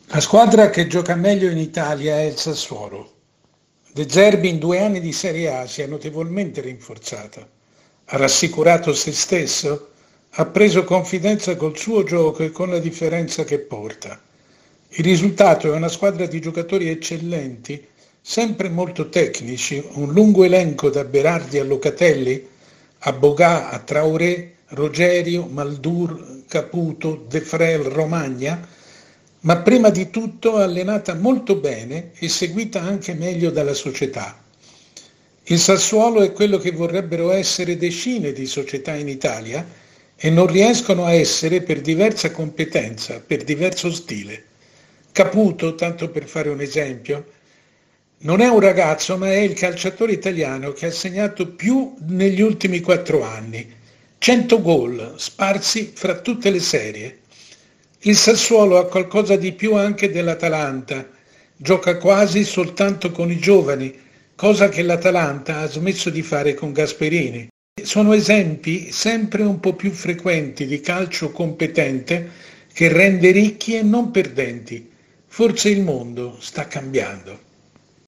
La squadra che gioca meglio in Italia è il Sassuolo. De Zerbi in 2 anni di Serie A si è notevolmente rinforzata. Ha rassicurato se stesso, ha preso confidenza col suo gioco e con la differenza che porta. Il risultato è una squadra di giocatori eccellenti, sempre molto tecnici, un lungo elenco da Berardi a Locatelli, a Bogà, a Traoré, Rogerio, Maldur, Caputo, De Frel, Romagna, ma prima di tutto allenata molto bene e seguita anche meglio dalla società. Il Sassuolo è quello che vorrebbero essere decine di società in Italia e non riescono a essere per diversa competenza, per diverso stile. Caputo, tanto per fare un esempio, non è un ragazzo, ma è il calciatore italiano che ha segnato più negli ultimi 4 anni. 100 gol sparsi fra tutte le serie. Il Sassuolo ha qualcosa di più anche dell'Atalanta. Gioca quasi soltanto con i giovani, cosa che l'Atalanta ha smesso di fare con Gasperini. Sono esempi sempre un po' più frequenti di calcio competente che rende ricchi e non perdenti. Forse il mondo sta cambiando.